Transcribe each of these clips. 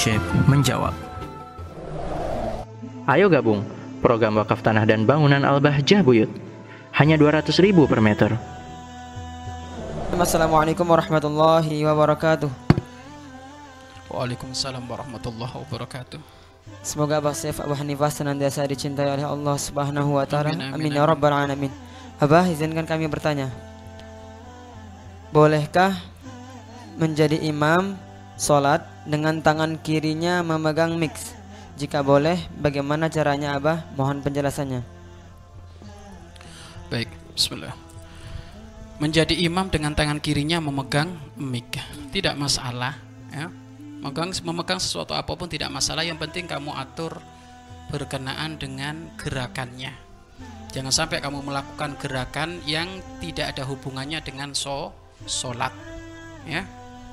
Syekh menjawab. Ayo gabung program wakaf tanah dan bangunan Al-Bahjah Buyut. Hanya 200.000 per meter. Assalamualaikum warahmatullahi wabarakatuh. Waalaikumsalam warahmatullahi wabarakatuh. Semoga Abah Syekh Abu Hanifah senantiasa dicintai oleh Allah Subhanahu wa taala. Amin, amin, Amin ya amin. rabbal alamin. Abah, izinkan kami bertanya. Bolehkah menjadi imam sholat dengan tangan kirinya memegang mix? Jika boleh, bagaimana caranya Abah? Mohon penjelasannya. Baik, bismillah. Menjadi imam dengan tangan kirinya memegang mic tidak masalah, ya. Memegang sesuatu apapun tidak masalah, yang penting kamu atur berkenaan dengan gerakannya. Jangan sampai kamu melakukan gerakan yang tidak ada hubungannya dengan sholat, ya.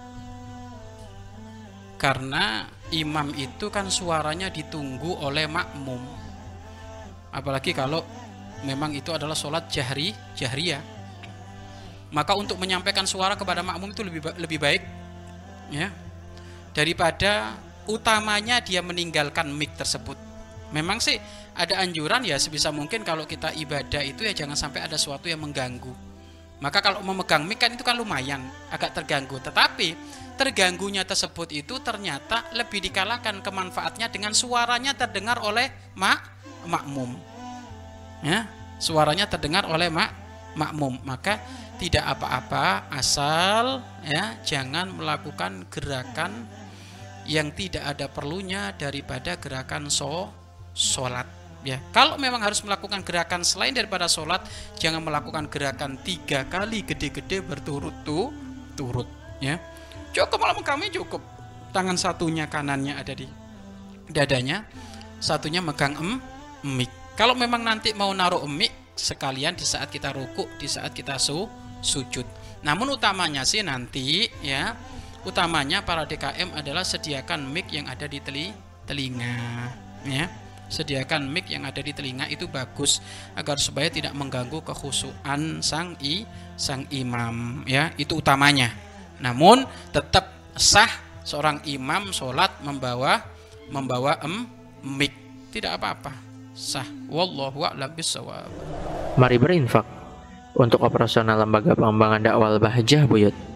Karena imam itu kan suaranya ditunggu oleh makmum, apalagi kalau memang itu adalah sholat jahriyah. Maka untuk menyampaikan suara kepada makmum itu lebih baik, ya, daripada utamanya dia meninggalkan mic tersebut. Memang sih ada anjuran ya, sebisa mungkin kalau kita ibadah itu ya jangan sampai ada sesuatu yang mengganggu. Maka kalau memegang mic kan itu kan lumayan agak terganggu, tetapi terganggunya tersebut itu ternyata lebih dikalahkan kemanfaatnya dengan suaranya terdengar oleh makmum, ya, suaranya terdengar oleh makmum. Maka tidak apa-apa asal, ya, jangan melakukan gerakan yang tidak ada perlunya daripada gerakan sholat, ya. Kalau memang harus melakukan gerakan selain daripada sholat, jangan melakukan gerakan 3 kali gede-gede berturut-turut, ya. Cukup malam kami cukup tangan satunya kanannya ada di dadanya, satunya megang mic. Kalau memang nanti mau naruh mic sekalian di saat kita ruku, di saat kita sujud. Namun utamanya sih nanti, ya, utamanya para DKM adalah sediakan mic yang ada di telinga, ya. Sediakan mic yang ada di telinga itu bagus agar supaya tidak mengganggu kekhusyuan sang imam, ya, itu utamanya. Namun tetap sah seorang imam sholat membawa mic, tidak apa-apa, sah. Wallahu a'lam bishawab. Mari berinfak untuk operasional lembaga pengembangan dakwah Al-Bahjah Buyut.